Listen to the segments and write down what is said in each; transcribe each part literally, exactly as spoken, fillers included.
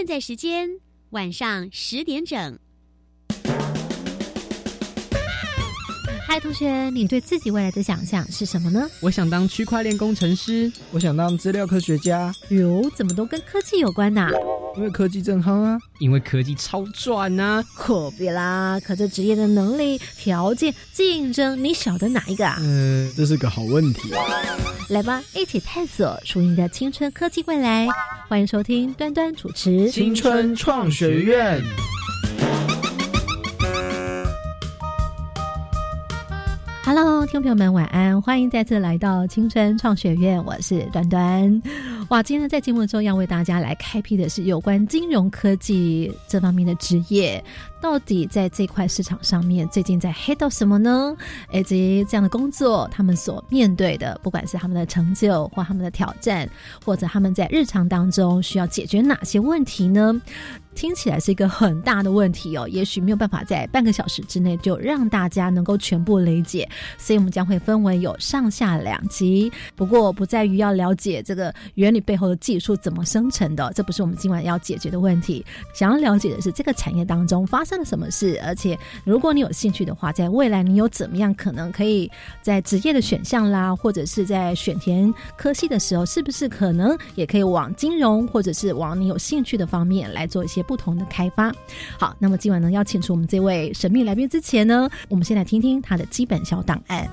现在时间晚上十点整。 嗨，同学，你对自己未来的想象是什么呢？ 我想当区块链工程师， 我想当资料科学家。 哟，怎么都跟科技有关啊？ 因为科技正夯啊。 因为科技超赚啊。 可别啦，可这职业的能力、条件、竞争，你晓得哪一个啊？ 嗯，这是个好问题。 来吧，一起探索属于你的青春科技未来。欢迎收听端端主持青春创学院。 Hello， 听众朋友们晚安，欢迎再次来到青春创学院，我是端端。哇，今天在节目中要为大家来开辟的是有关金融科技这方面的职业，到底在这块市场上面最近在黑到什么呢？以及这样的工作他们所面对的，不管是他们的成就或他们的挑战，或者他们在日常当中需要解决哪些问题呢？听起来是一个很大的问题哦，也许没有办法在半个小时之内就让大家能够全部理解，所以我们将会分为有上下两集。不过不在于要了解这个原理背后的技术怎么生成的，这不是我们今晚要解决的问题。想要了解的是这个产业当中发生了什么事，而且如果你有兴趣的话，在未来你有怎么样可能可以在职业的选项啦，或者是在选填科系的时候，是不是可能也可以往金融或者是往你有兴趣的方面来做一些不同的开发。好，那么今晚呢，要请出我们这位神秘来宾之前呢，我们先来听听他的基本小档案。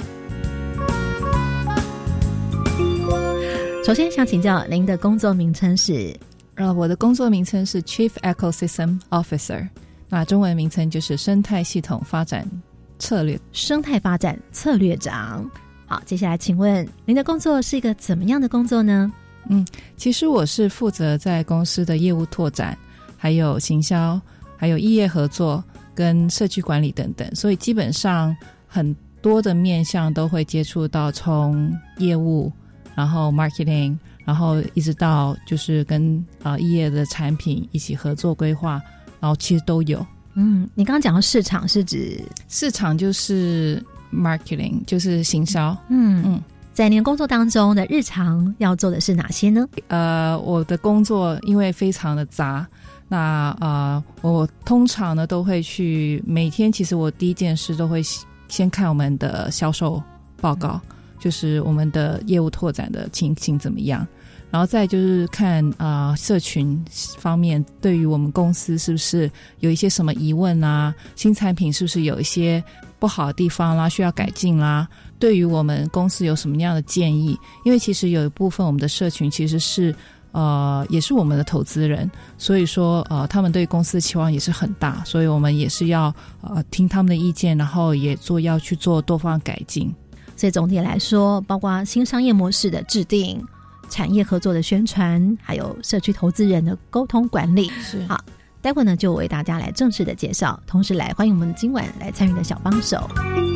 首先想请教您的工作名称是？ 呃，我的工作名称是 Chief Ecosystem Officer， 那中文名称就是生态系统发展策略生态发展策略长。好，接下来请问您的工作是一个怎么样的工作呢？ 嗯，其实我是负责在公司的业务拓展，还有行销，还有异业合作跟社区管理等等，所以基本上很多的面向都会接触到，从业务，然后 marketing， 然后一直到就是跟呃异业的产品一起合作规划，然后其实都有。 嗯，你刚刚讲到市场是指？ 市场就是 marketing， 就是行销。 嗯嗯。在您工作当中的日常要做的是哪些呢？ 呃，我的工作因为非常的杂，那呃，我通常呢都会去，每天其实我第一件事都会先看我们的销售报告，就是我们的业务拓展的情形怎么样，然后再就是看啊、呃、社群方面对于我们公司是不是有一些什么疑问啊，新产品是不是有一些不好的地方啦，需要改进啦，对于我们公司有什么样的建议，因为其实有一部分我们的社群其实是呃也是我们的投资人，所以说呃他们对公司的期望也是很大，所以我们也是要呃听他们的意见，然后也做要去做多方改进。 所以总体来说，包括新商业模式的制定、产业合作的宣传，还有社区投资人的沟通管理。 是， 好，待会呢就为大家来正式的介绍，同时来欢迎我们今晚来参与的小帮手。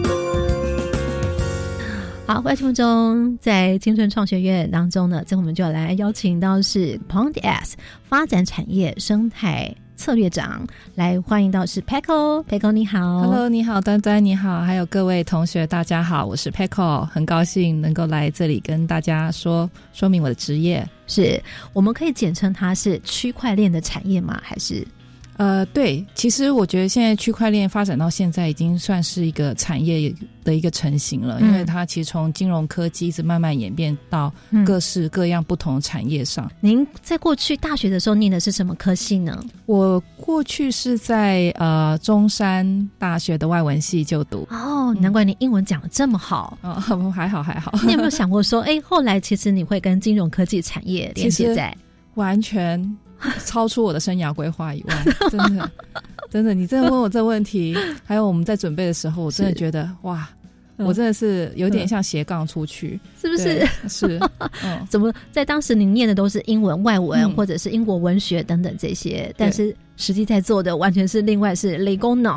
好，在节目中，在青春创学院当中呢，这我们就来邀请到是 Pond S 发展产业生态策略长，来欢迎到是 Peco Peco 你好。 Hello， 你好端端，你好，还有各位同学大家好，我是 Peco， 很高兴能够来这里跟大家说说明我的职业。 是，我们可以简称它是区块链的产业吗？还是呃，对，其实我觉得现在区块链发展到现在已经算是一个产业的一个成型了，嗯、因为它其实从金融科技一直慢慢演变到各式各样不同的产业上。 嗯、您在过去大学的时候念的是什么科系呢？ 我过去是在呃中山大学的外文系就读。 哦，难怪你英文讲得这么好。 哦，还好还好。 你有没有想过说，哎，后来其实你会跟金融科技产业连接在？ 完全超出我的生涯规划以外，真的真的，你真的问我这个问题，还有我们在准备的时候，我真的觉得哇，我真的是有点像斜杠出去， 是不是？ 是，嗯， 怎么在当时你念的都是英文、外文、嗯、或者是英国文学等等这些，但是实际在做的完全是另外是理工脑，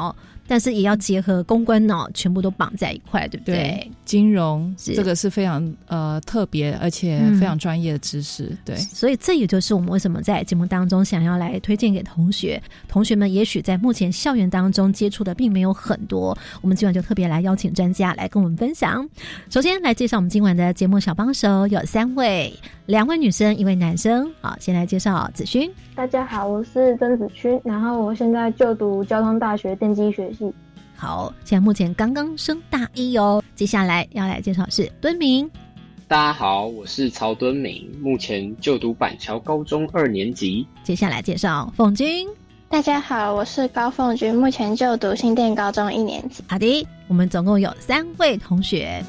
但是也要结合公关脑，全部都绑在一块，对不对？ 对，金融这个是非常呃特别而且非常专业的知识、嗯、对， 所以这也就是我们为什么在节目当中想要来推荐给同学，同学们也许在目前校园当中接触的并没有很多，我们今晚就特别来邀请专家来跟我们分享。首先来介绍我们今晚的节目小帮手有三位，两位女生一位男生。好，先来介绍子勋。 大家好，我是曾子勋，然后我现在就读交通大学电机学系。 好，现在目前刚刚升大一哦。接下来要来介绍是敦明。 大家好，我是曹敦明，目前就读板桥高中二年级。 接下来介绍凤君。 大家好，我是高凤君，目前就读新店高中一年级。 好的，我们总共有三位同学。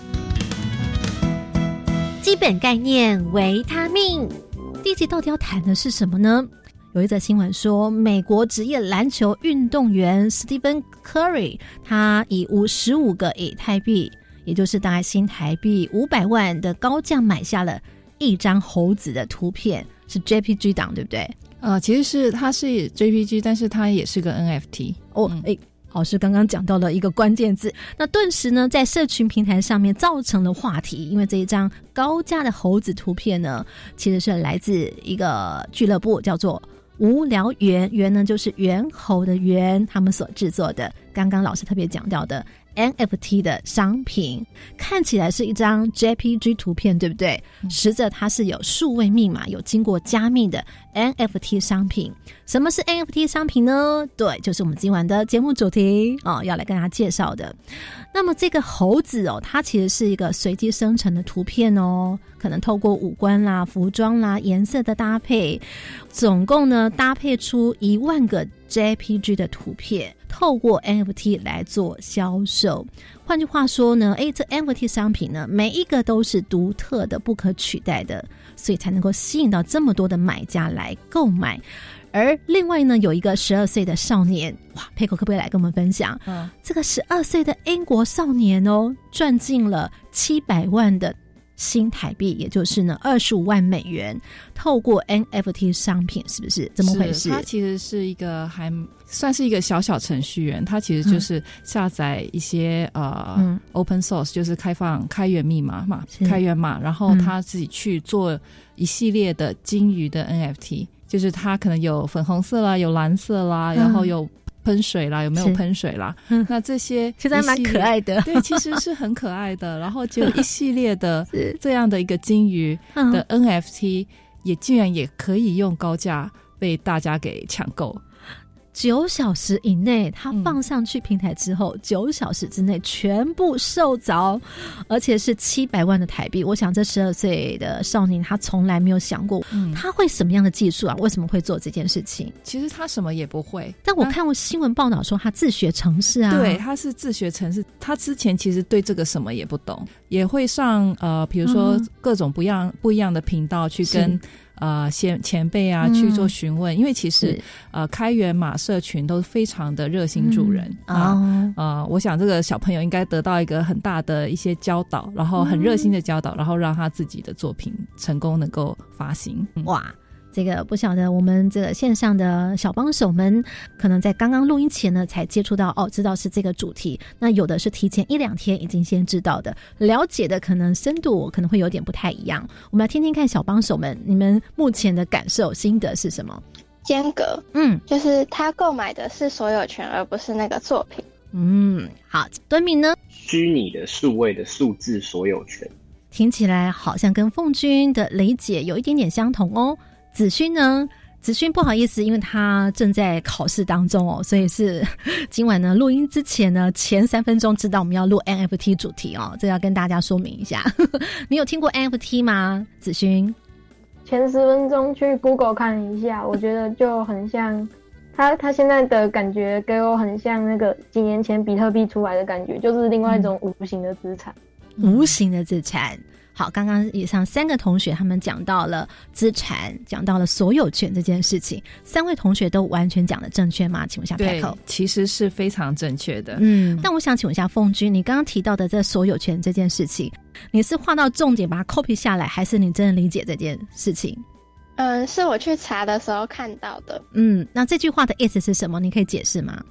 基本概念维他命，第一集到底要谈的是什么呢？有一则新闻说，美国职业篮球运动员史蒂芬·科瑞，他以五十五个以太币，也就是大概新台币五百万的高价买下了一张猴子的图片，是 J P G 档，对不对？ 呃，其实是它是 J P G， 但是它也是个 N F T 哦。哎、嗯，老师刚刚讲到了一个关键字，那顿时呢，在社群平台上面造成了话题，因为这一张高价的猴子图片呢，其实是来自一个俱乐部，叫做无聊猿，猿呢就是猿猴的猿，他们所制作的，刚刚老师特别讲到的 N F T 的商品，看起来是一张 J P G 图片，对不对？嗯、实则它是有数位密码，有经过加密的 N F T 商品。什么是 N F T 商品呢？对，就是我们今晚的节目主题哦，要来跟大家介绍的。那么这个猴子哦，它其实是一个随机生成的图片哦，可能透过五官啦、服装啦、颜色的搭配，总共呢搭配出一万个 J P G 的图片，透过 N F T 来做销售。换句话说呢，诶，这 N F T 商品呢，每一个都是独特的、不可取代的，所以才能够吸引到这么多的买家来购买。而另外呢，有一个十二岁的少年，哇，佩口可不可以来跟我们分享？嗯，这个十二岁的英国少年哦，赚进了七百万的新台币，也就是呢二十五万美元，透过 N F T 商品，是不是这么回事？ 他其实是一个还算是一个小小程序员，他其实就是下载一些、嗯、呃、嗯、open source， 就是开放开源密码嘛，开源码，然后他自己去做一系列的金鱼的 N F T， 就是他可能有粉红色啦，有蓝色啦，嗯、然后有喷水啦，有没有喷水啦？那这些其实还蛮可爱的， 对，其实是很可爱的。然后就一系列的这样的一个金鱼的 N F T，、嗯、也竟然也可以用高价被大家给抢购。 九小时以内，他放上去平台之后，九、嗯、小时之内全部售着，而且是七百万的台币。我想这十二岁的少年，他从来没有想过、嗯，他会什么样的技术啊？为什么会做这件事情？ 其实他什么也不会。 但我看过新闻报道说，他自学程式啊。 对，他是自学程式。他之前其实对这个什么也不懂，也会上呃，比如说各种不一样、嗯、不一样的频道去跟。呃，前前辈啊、嗯、去做询问，因为其实呃开源码社群都非常的热心助人、嗯、啊、哦，呃，我想这个小朋友应该得到一个很大的一些教导，然后很热心的教导、嗯，然后让他自己的作品成功能够发行。 嗯、哇！这个不晓得我们这个线上的小帮手们，可能在刚刚录音前呢才接触到哦，知道是这个主题。那有的是提前一两天已经先知道的，了解的可能深度可能会有点不太一样。我们来听听看小帮手们，你们目前的感受心得是什么？ 间隔，嗯，就是他购买的是所有权，而不是那个作品。 嗯，好，敦明呢？ 虚拟的数位的数字所有权， 听起来好像跟凤君的理解有一点点相同哦。子勋呢？子勋不好意思，因为他正在考试当中哦，所以是今晚呢录音之前呢前三分钟知道我们要录 N F T 主题哦，这要跟大家说明一下。你有听过 N F T 吗？子勋？ 前十分钟去 Google 看一下，我觉得就很像他他现在的感觉给我很像那个几年前比特币出来的感觉，就是另外一种无形的资产。 嗯、无形的资产。好，刚刚以上三个同学他们讲到了资产，讲到了所有权这件事情，三位同学都完全讲得正确吗？请问一下开口。 对，其实是非常正确的。 嗯，但我想请问一下凤君，你刚刚提到的这所有权这件事情，你是画到重点把它 copy 下来，还是你真的理解这件事情？ 嗯，是我去查的时候看到的。 嗯，那这句话的意思是什么？你可以解释吗？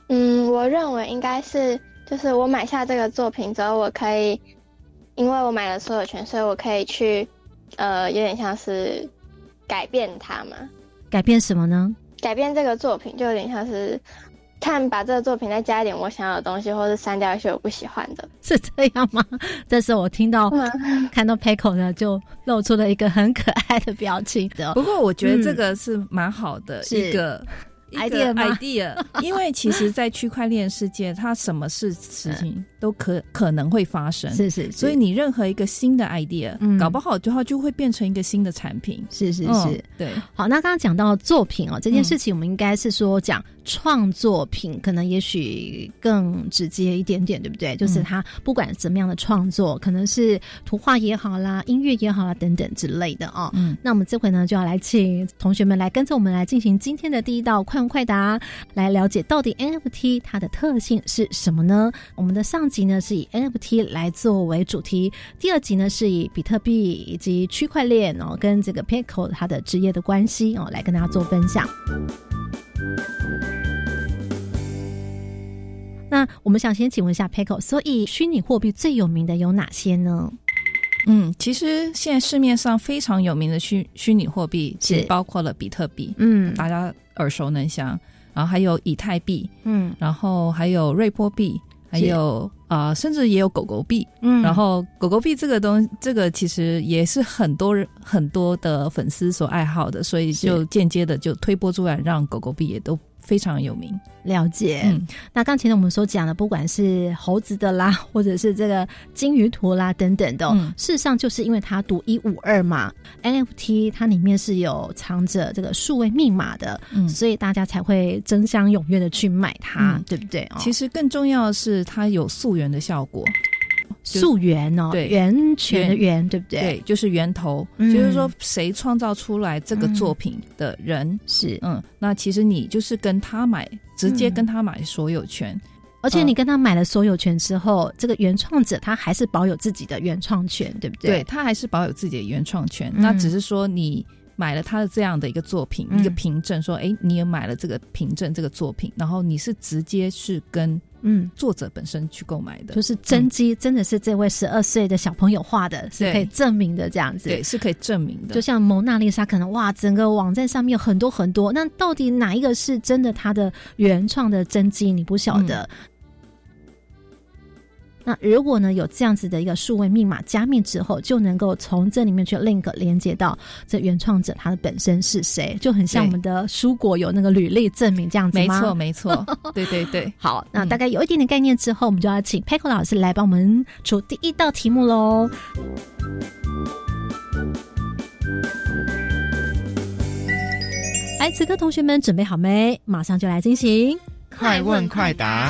嗯，我认为应该是，就是我买下这个作品之后，我可以，因为我买了所有权，所以我可以去，呃，有点像是改变它嘛。 改变什么呢？ 改变这个作品，就有点像是看把这个作品再加一点我想要的东西，或是删掉一些我不喜欢的。 是这样吗？这时候我听到、嗯、看到 Peiko 呢，就露出了一个很可爱的表情的。 不过我觉得这个是蛮好的、嗯、一个。 idea idea， 因为其实在区块链世界它什么事事情都可可能会发生， 是是是， 所以你任何一个新的 idea、嗯、搞不好的话就会变成一个新的产品， 是是是、 嗯、对。 好，那刚刚讲到作品哦，这件事情我们应该是说讲创作品，可能也许更直接一点点，对不对？就是它不管怎么样的创作，可能是图画也好啦，音乐也好啦等等之类的哦。嗯，那我们这回呢就要来请同学们来跟着我们来进行今天的第一道快问快答，来了解到底 N F T 它的特性是什么呢？我们的上集呢是以 N F T 来作为主题，第二集呢是以比特币以及区块链哦跟这个 Peiko 它的职业的关系哦来跟大家做分享。那我们想先请问一下 Peiko， 所以虚拟货币最有名的有哪些呢？ 嗯，其实现在市面上非常有名的虚虚拟货币，其实包括了比特币，嗯，大家耳熟能详，然后还有以太币，嗯，然后还有瑞波币，还有呃，甚至也有狗狗币，嗯，然后狗狗币这个东这个其实也是很多人很多的粉丝所爱好的，所以就间接的就推播出来，让狗狗币也都非常有名。 了解。嗯，那刚才我们所讲的，不管是猴子的啦，或者是这个金鱼图啦等等的、哦嗯，事实上就是因为它独一无二嘛。N F T 它里面是有藏着这个数位密码的，嗯，所以大家才会争相踊跃的去买它，嗯、对不对、哦？ 其实更重要的是它有溯源的效果。 溯源哦，对，源泉的源，对不对？ 对，就是源头，嗯、就是说谁创造出来这个作品的人、嗯、是，嗯，那其实你就是跟他买，直接跟他买所有权，嗯、 而且你跟他买了所有权之后，嗯、这个原创者他还是保有自己的原创权，对不对？ 对，他还是保有自己的原创权，嗯、那只是说你买了他的这样的一个作品，嗯、一个凭证，说，哎，你也买了这个凭证这个作品，然后你是直接是跟嗯作者本身去购买的， 就是真迹、嗯、真的是这位十二岁的小朋友画的，是可以证明的，这样子。 对，是可以证明的。 就像蒙娜丽莎，可能哇，整个网站上面有很多很多，那到底哪一个是真的他的原创的真迹，你不晓得。嗯，那如果呢有这样子的一个数位密码加密之后，就能够从这里面去 link 连接到这原创者他的本身是谁，就很像我们的蔬果有那个履历证明这样子吗？ 没错没错对对对。 好，那大概有一点点概念之后，我们就要请 Peiko 老师来帮我们出第一道题目咯。来，此刻同学们准备好没？马上就来进行快问快答。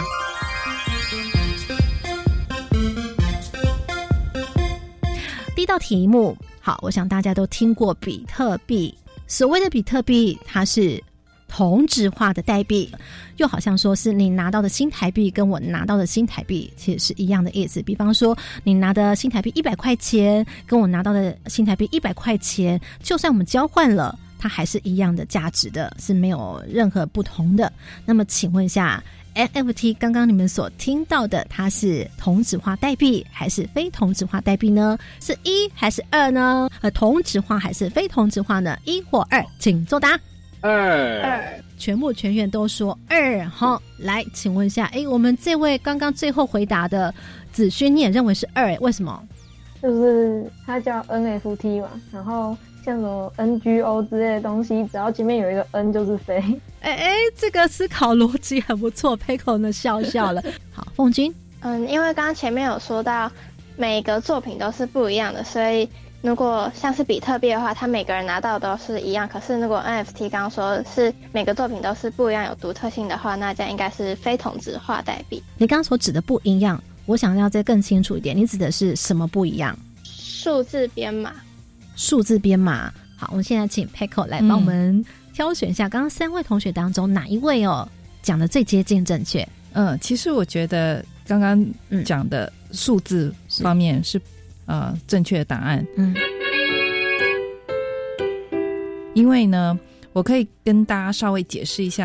第一道题目，好，我想大家都听过比特币。所谓的比特币，它是同质化的代币，又好像说是你拿到的新台币跟我拿到的新台币其实是一样的意思。比方说，你拿的新台币一百块钱，跟我拿到的新台币一百块钱，就算我们交换了，它还是一样的价值的，是没有任何不同的。那么，请问一下，N F T 刚刚你们所听到的，它是同质化代币还是非同质化代币呢？是一还是二呢？呃，同质化还是非同质化呢？一或二，请作答。 二， 二，全部全员都说二。好，来，请问一下，哎，我们这位刚刚最后回答的子勋，你也认为是二？为什么？ 就是它叫 N F T 嘛，然后像什么 N G O 之类的东西，只要前面有一个 N 就是非。 哎哎，这个思考逻辑很不错 ，Peiko 呢笑笑了。好，凤君， 嗯，因为刚刚前面有说到每个作品都是不一样的，所以如果像是比特币的话，它每个人拿到的都是一样。可是如果 N F T 刚刚说是每个作品都是不一样、有独特性的话，那这样应该是非同质化代币。 你刚刚所指的不一样，我想要再更清楚一点，你指的是什么不一样？ 数字编码。 数字编码。好，我们现在请 Peiko 来帮我们挑选一下，刚刚三位同学当中哪一位哦讲的最接近正确？ 嗯，其实我觉得刚刚讲的数字方面是、嗯、呃正确的答案。嗯，因为呢，我可以跟大家稍微解释一下。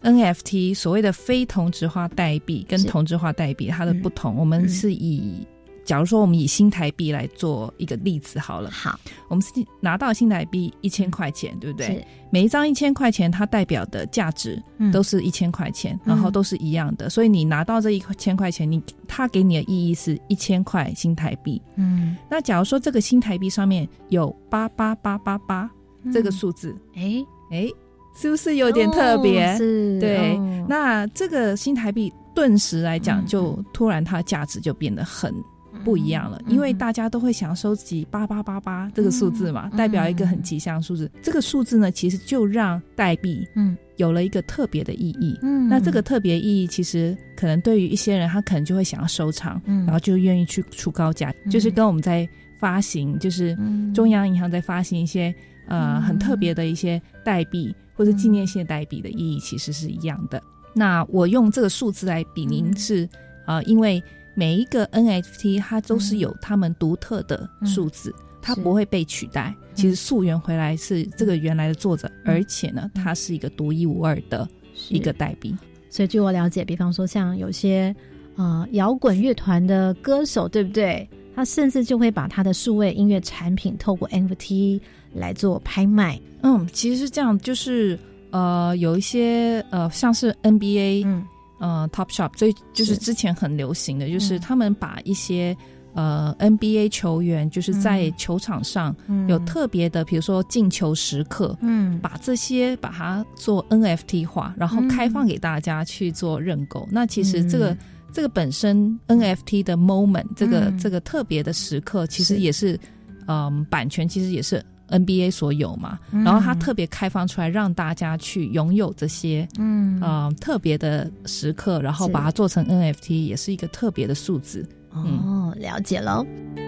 N F T 所谓的非同质化代币跟同质化代币它的不同，嗯、我们是以、嗯、假如说我们以新台币来做一个例子好了， 好， 我们是拿到新台币一千块钱，嗯、对不对？每一张一千块钱它代表的价值都是一千块钱，嗯、然后都是一样的，所以你拿到这一千块钱，你它给你的意义是一千块新台币。嗯，那假如说这个新台币上面有八八八八八这个数字，哎哎、嗯，是不是有点特别？ 哦、是， 对、 哦， 那这个新台币顿时来讲，就突然它的价值就变得很不一样了，嗯、因为大家都会想收集八八八八这个数字嘛，嗯、代表一个很吉祥数字。嗯、这个数字呢，其实就让代币嗯有了一个特别的意义。嗯，那这个特别意义，其实可能对于一些人，他可能就会想要收藏，嗯、然后就愿意去出高价，嗯、就是跟我们在发行，就是中央银行在发行一些呃很特别的一些代币或者纪念性代币的意义，其实是一样的。那我用这个数字来比您是、嗯、呃，因为每一个 N F T 它都是有他们独特的数字，嗯、它不会被取代。其实溯源回来是这个原来的作者，嗯、而且呢，它是一个独一无二的一个代币。 所以据我了解，比方说像有些呃摇滚乐团的歌手，对不对？他甚至就会把他的数位音乐产品透过 N F T 来做拍卖。 嗯，其实是这样，就是呃有一些呃像是 N B A。嗯呃 Top Shop 所以就是之前很流行的，就是他们把一些、嗯、呃 N B A 球员就是在球场上有特别的、嗯、比如说进球时刻，嗯，把这些把它做 N F T 化，然后开放给大家去做认购、嗯、那其实这个、嗯、这个本身 N F T 的 moment、嗯、这个这个特别的时刻其实也是嗯、呃、版权其实也是N B A 所有嘛，然后它特别开放出来让大家去拥有这些嗯呃特别的时刻，然后把它做成 N F T 也是一个特别的数字。 哦、嗯，了解了。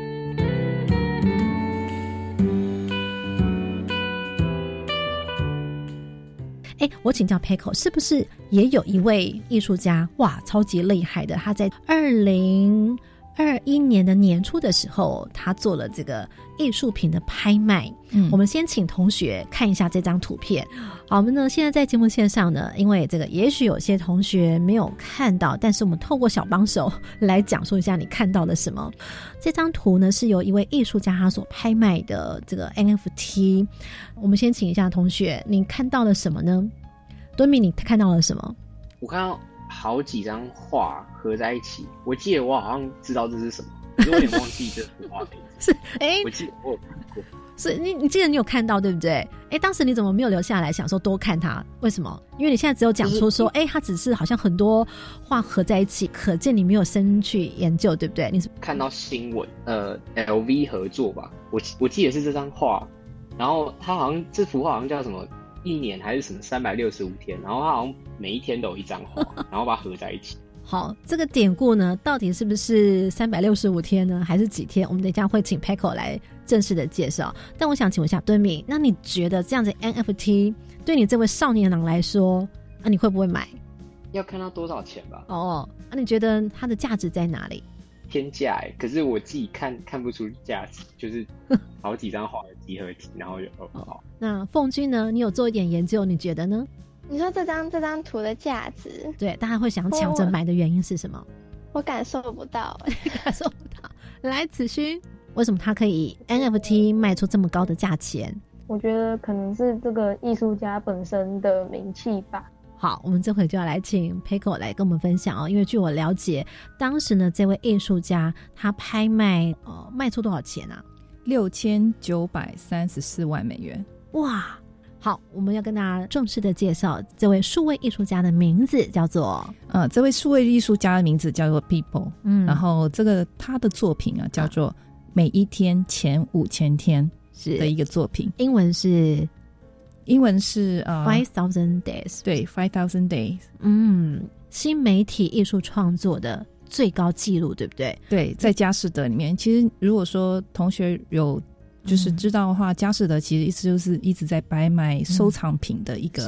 哎，我请教 Peiko， 是不是也有一位艺术家哇超级厉害的，他在二零二一年的年初的时候，他做了这个艺术品的拍卖。嗯，我们先请同学看一下这张图片。好，我们呢现在在节目线上呢，因为这个也许有些同学没有看到，但是我们透过小帮手来讲述一下你看到了什么。这张图呢是由一位艺术家他所拍卖的这个 N F T。我们先请一下同学，你看到了什么呢？敦敏，你看到了什么？ 我看到好几张画合在一起，我记得我好像知道这是什么，可是我有点忘记这幅画名字。是，哎，我记得我有看过。 是你，你记得你有看到对不对？哎，当时你怎么没有留下来想说多看它？为什么？因为你现在只有讲出说，哎、就是，它只是好像很多画合在一起，可见你没有深去研究，对不对？你是看到新闻，呃 ，L V 合作吧，我我记得是这张画，然后它好像这幅画好像叫什么？一年还是什么三百六十五天，然后他好像每一天都有一张画，然后把它合在一起。 好，这个典故呢，到底是不是三百六十五天呢，还是几天？我们等一下会请 Peiko 来正式的介绍。但我想请问一下敦敏，那你觉得这样子 N F T 对你这位少年郎来说，那、啊、你会不会买？ 要看到多少钱吧。 哦，那、啊、你觉得它的价值在哪里？ 天价哎，可是我自己看看不出价值，就是好几张画的集合体，然后就哦好。 那凤君呢？你有做一点研究，你觉得呢？ 你说这张这张图的价值， 对，大家会想抢着买的原因是什么？ 我感受不到， 感受不到。来，子勋，为什么他可以 N F T 卖出这么高的价钱？ 我觉得可能是这个艺术家本身的名气吧。 好，我们这回就要来请 Peiko 来跟我们分享哦。因为据我了解，当时呢，这位艺术家他拍卖呃卖出多少钱啊？ 六千九百三十四万美元。 哇！好，我们要跟大家正式的介绍这位数位艺术家的名字，叫做呃，这位数位艺术家的名字叫做 People， 嗯，然后这个他的作品啊叫做每一天前五千天的一个作品， 英文是。 英文是呃 five thousand days， 对 five thousand days， 嗯，新媒体艺术创作的最高纪录，对不对？ 对，在佳士得里面，其实如果说同学有就是知道的话，佳士得其实一直就是一直在拍卖收藏品的一个、嗯、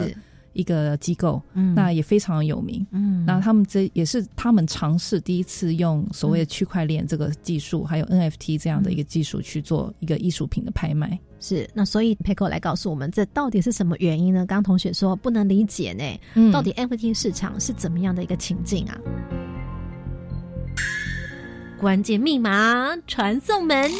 一个机构， 嗯， 那也非常有名， 嗯， 那他们这也是他们尝试第一次用所谓的区块链这个技术，嗯、还有 N F T 这样的一个技术去做一个艺术品的拍卖。 是，那所以 Peko 来告诉我们，这到底是什么原因呢？刚刚同学说不能理解呢，嗯、到底 N F T 市场是怎么样的一个情境啊？关键密码传送门。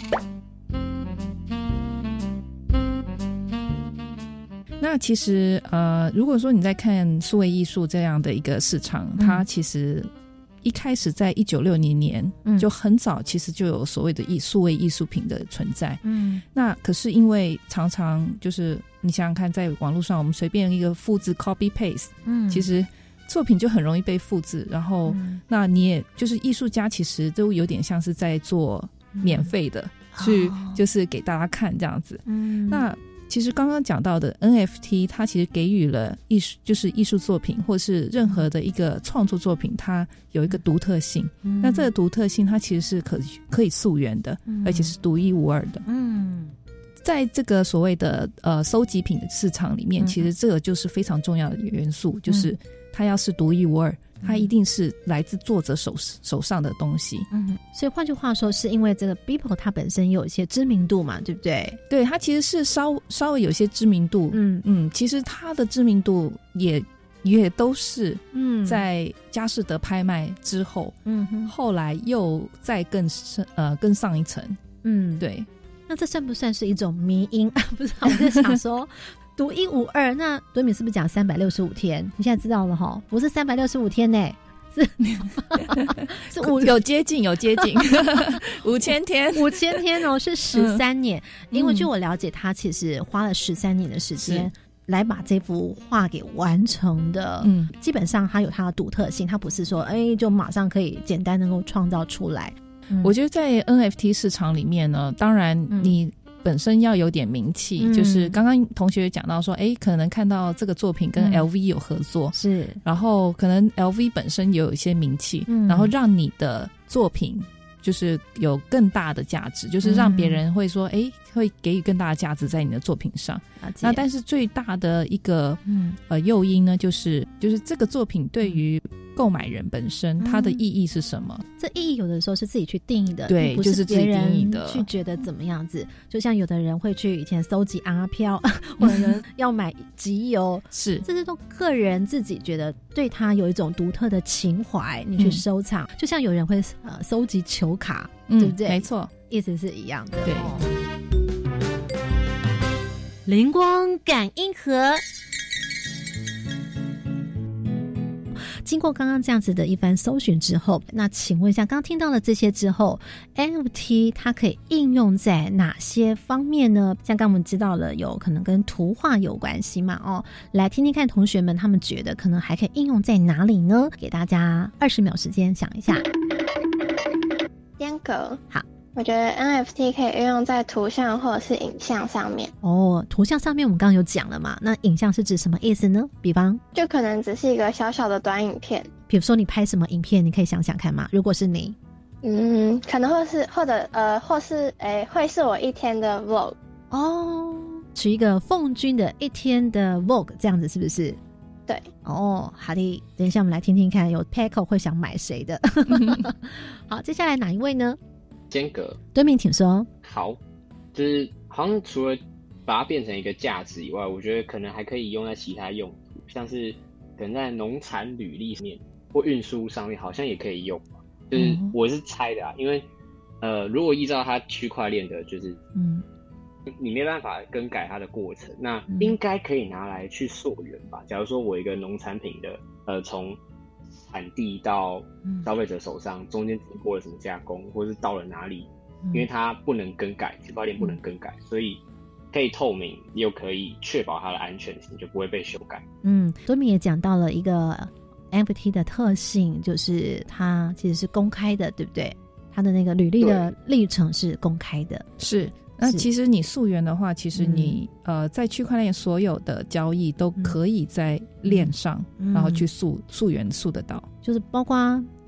那其实呃，如果说你在看数位艺术这样的一个市场，嗯、它其实一开始在一九六零年、嗯、就很早，其实就有所谓的艺数位艺术品的存在。嗯，那可是因为常常就是你想想看，在网络上我们随便一个复制 copy paste， 嗯，其实作品就很容易被复制，然后、嗯、那你也就是艺术家其实都有点像是在做免费的、嗯、去就是给大家看这样子。嗯，那其实刚刚讲到的 N F T 它其实给予了艺术，就是艺术作品或是任何的一个创作作品，它有一个独特性、嗯、那这个独特性它其实是可可以溯源的、嗯、而且是独一无二的。嗯，在这个所谓的呃收集品的市场里面、嗯、其实这个就是非常重要的元素、嗯、就是它要是独一无二，它一定是来自作者手手上的东西。 嗯，所以换句话说，是因为这个 Beeple 它本身有一些知名度嘛，对不对？ 对，它其实是稍稍微有些知名度。嗯嗯，其实它的知名度也也都是嗯在佳士得拍卖之后，嗯哼，后来又再更深呃更上一层。嗯，对。 那这算不算是一种迷因？不是，我在想说。独一无二，那敦敏是不是讲三百六十五天？你现在知道了齁，不是三百六十五天呢、欸，是是五有接近有接近五千天， 五千天哦，是十三年、嗯。因为据我了解，他其实花了十三年的时间来把这幅画给完成的。嗯，基本上它有它的独特性，它不是说哎就马上可以简单能够创造出来。 嗯、我觉得在 N F T 市场里面呢，当然你、嗯。本身要有点名气、嗯、就是刚刚同学讲到说哎，可能看到这个作品跟 L V 有合作、嗯、是，然后可能 L V 本身也有一些名气、嗯、然后让你的作品就是有更大的价值，就是让别人会说哎、嗯，会给予更大的价值在你的作品上。那但是最大的一个、嗯、呃诱因呢，就是就是这个作品对于购买人本身、嗯、它的意义是什么？ 这意义有的时候是自己去定义的， 对， 不是别人定义的去觉得怎么样子。就像有的人会去以前搜集阿飘，或者人要买集邮，是这是都个人自己觉得对他有一种独特的情怀，你去收藏。嗯、就像有人会呃搜集球卡， 嗯、 对不对？ 没错， 意思是一样的。 对。 哦、灵光感应盒。经过刚刚这样子的一番搜寻之后，那请问一下，刚刚听到了这些之后 N F T 它可以应用在哪些方面呢？像刚刚我们知道了有可能跟图画有关系嘛，哦，来听听看同学们他们觉得可能还可以应用在哪里呢？给大家二十秒时间想一下。 间隔好。 我觉得 N F T 可以运用在图像或者是影像上面。 哦，图像上面我们刚刚有讲了嘛，那影像是指什么意思呢？比方就可能只是一个小小的短影片， 比如说你拍什么影片，你可以想想看嘛，如果是你嗯，可能会是或者呃或是诶会是我一天的 vlog 哦，取一个凤君的一天的 vlog 这样子是不是？ 对哦，好的，等一下我们来听听看有 Peko 会想买谁的好，接下来哪一位呢？ 间隔， 敦敏请说。 好，就是好像除了把它变成一个价值以外，我觉得可能还可以用在其他用途，像是可能在农产履历上面或运输上面，好像也可以用。就是我是猜的啊，因为呃，如果依照它区块链的，就是嗯，你没办法更改它的过程，那应该可以拿来去溯源吧。假如说我一个农产品的呃从产地到消费者手上，中间经过了什么加工，或是到了哪里，因为它不能更改，区块链不能更改，所以可以透明，又可以确保它的安全性，就不会被修改。 嗯，敦敏也讲到了一个 N F T 的特性，就是它其实是公开的，对不对？它的那个履历的历程是公开的， 是。那其实你溯源的话，其实你、嗯、呃在区块链所有的交易都可以在链上，嗯、然后去溯溯源溯得到， 就是包括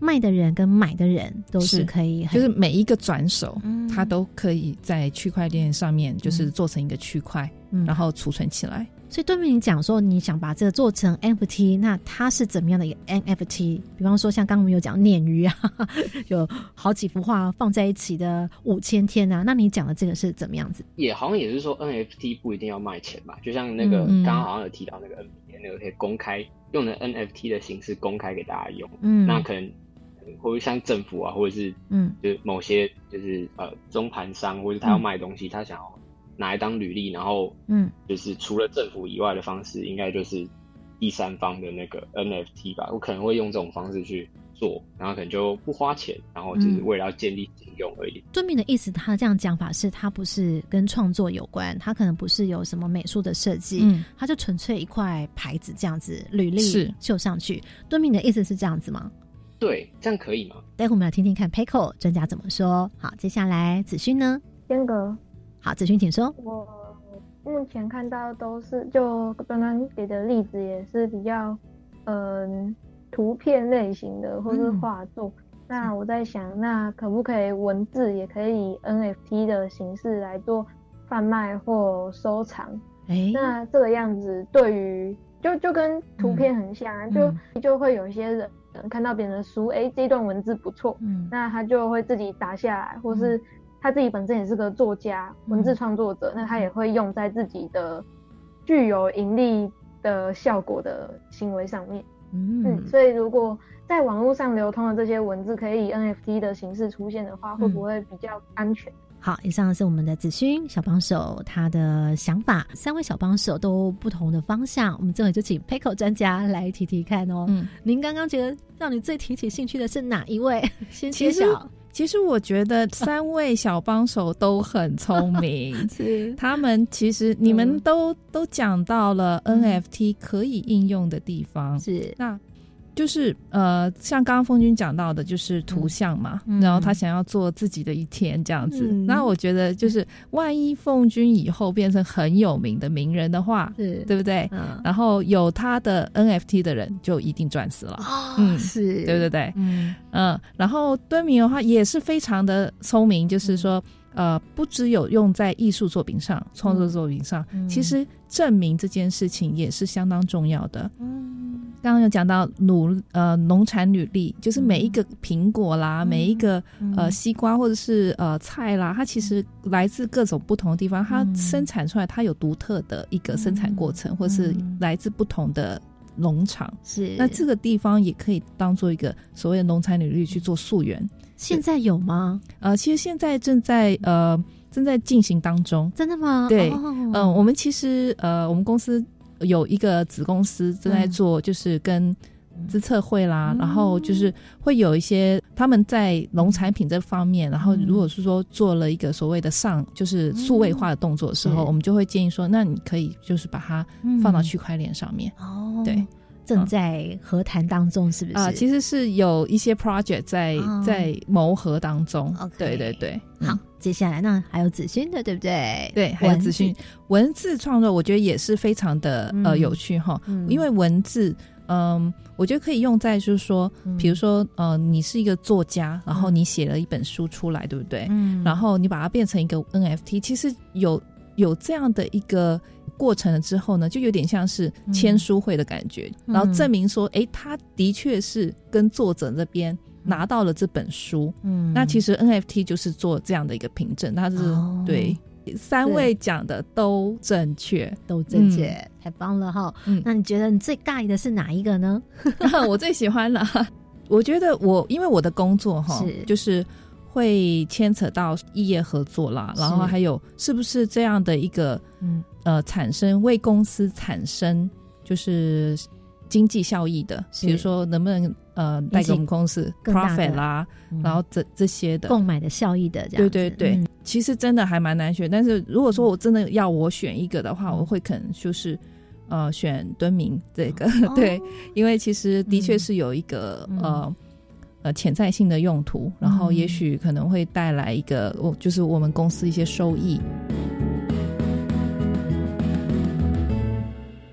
卖的人跟买的人都是可以很， 就是每一个转手、 嗯、 它都可以在区块链上面就是做成一个区块、嗯、然后储存起来。 所以对面你讲说你想把这个做成 N F T， 那它是怎么样的一个 N F T？ 比方说像刚刚我们有讲鲶鱼啊，有好几幅画放在一起的五千天啊，那你讲的这个是怎么样子？ 也好像也是说 N F T 不一定要卖钱吧，就像那个刚刚、嗯、好像有提到那个 N B A 那个可以公开用的 N F T 的形式公开给大家用，嗯，那可能或者像政府啊，或者是嗯，就是某些就是呃中盘商，或者他要卖东西，嗯、他想要拿来当履历，然后嗯，就是除了政府以外的方式，应该就是第三方的那个 N F T 吧，我可能会用这种方式去做，然后可能就不花钱，然后就是为了要建立信用而已。 敦明的意思，他这样讲法是，他不是跟创作有关，他可能不是有什么美术的设计，嗯，他就纯粹一块牌子这样子，履历绣上去。敦明的意思是这样子吗？ 对，这样可以吗？ 待会我们来听听看 Peiko 专家怎么说。好，接下来子勋呢？ 间隔。 好，子勋请说。 我目前看到都是就刚刚给的例子也是比较嗯图片类型的或是画作、嗯、那我在想那可不可以文字也可以以 N F T 的形式来做贩卖或收藏、欸、那这个样子对于就就跟图片很像、啊嗯、就就会有一些人看到别人的书，哎、欸，这段文字不错、嗯、那他就会自己打下来，或是他自己本身也是个作家、嗯、文字创作者，那他也会用在自己的具有盈利的效果的行为上面。 嗯, 嗯所以如果在网络上流通的这些文字可以以 N F T 的形式出现的话、嗯、会不会比较安全？ 好，以上是我们的子勋小帮手他的想法，三位小帮手都不同的方向，我们这回就请 Peiko 专家来提提看哦。嗯，您刚刚觉得让你最提起兴趣的是哪一位？先揭晓。 其实我觉得三位小帮手都很聪明，是他们其实你们都、嗯、都讲到了 N F T 可以应用的地方，是那就是呃，像刚刚凤君讲到的，就是图像嘛、嗯，然后他想要做自己的一天这样子。那、嗯、我觉得就是，万一凤君以后变成很有名的名人的话，是对不对、嗯？然后有他的 N F T 的人就一定赚死了。 哦、嗯，是， 对不对？嗯嗯。然后敦明的话也是非常的聪明，就是说。嗯呃，不只有用在艺术作品上、创作作品上、嗯，其实证明这件事情也是相当重要的。嗯，刚刚有讲到努呃农产履历，就是每一个苹果啦，嗯、每一个呃西瓜或者是呃菜啦，它其实来自各种不同的地方，它生产出来它有独特的一个生产过程，嗯、或是来自不同的农场。是，那这个地方也可以当做一个所谓的农产履历去做溯源。 现在有吗？ 呃，其实现在正在呃正在进行当中。 真的吗？ 对，嗯、哦呃，我们其实呃我们公司有一个子公司正在做，就是跟资策会啦、嗯，然后就是会有一些他们在农产品这方面，然后如果是说做了一个所谓的上就是数位化的动作的时候，嗯、我们就会建议说，那你可以就是把它放到区块链上面。哦、嗯，对。 正在和谈当中，是不是？啊、 呃，其实是有一些 project 在、哦、在谋合当中。Okay, 对对对， 好，嗯、接下来那还有子勋的，对不对？ 对，还有子勋文字创作，我觉得也是非常的、嗯、呃有趣哈、嗯，因为文字。嗯，我觉得可以用在就是说，比如说，呃，你是一个作家，然后你写了一本书出来，对不对？嗯，然后你把它变成一个 N F T， 其实有有这样的一个过程了之后呢，就有点像是签书会的感觉，嗯、然后证明说，哎，他的确是跟作者那边拿到了这本书。嗯，那其实 N F T 就是做这样的一个凭证，它是、哦、对。三位讲的都正确， 都正确、嗯，太棒了哈、嗯！那你觉得你最尬意的是哪一个呢？ 我最喜欢了。我觉得我因为我的工作哈，就是会牵扯到异业合作啦，然后还有是不是这样的一个嗯呃产生为公司产生就是经济效益的，比如说能不能呃带给我们公司 profit 啦，嗯、然后这这些的购买的效益的这样子， 对对对。嗯，其实真的还蛮难选，但是如果说我真的要我选一个的话，嗯、我会可能就是呃选敦明这个、哦、对，因为其实的确是有一个、嗯、呃呃潜在性的用途，然后也许可能会带来一个我就是我们公司一些收益。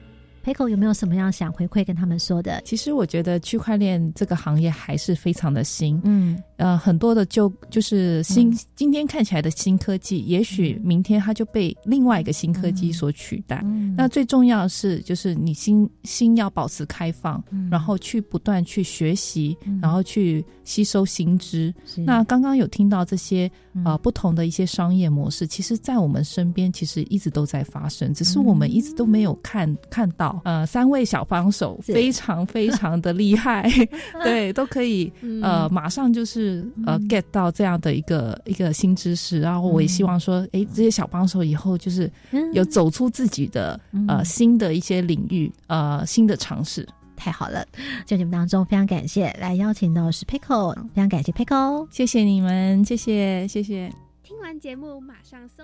Peiko 有没有什么样想回馈跟他们说的？ 其实我觉得区块链这个行业还是非常的新， 嗯， 呃，很多的就就是新、 嗯、 今天看起来的新科技，也许明天它就被另外一个新科技所取代。嗯、那最重要的是，就是你心心要保持开放，嗯、然后去不断去学习，嗯、然后去吸收新知。那刚刚有听到这些呃不同的一些商业模式，其实在我们身边其实一直都在发生，只是我们一直都没有看看到。呃，三位小帮手非常非常的厉害，对，都可以呃马上就是呃 get 到这样的一个一个新知识，然后我也希望说，哎，这些小帮手以后就是有走出自己的呃新的一些领域，呃新的尝试。 太好了，在节目当中非常感谢来邀请到是 Peiko， 非常感谢 Peiko， 谢谢你们，谢谢谢谢。 听完节目马上搜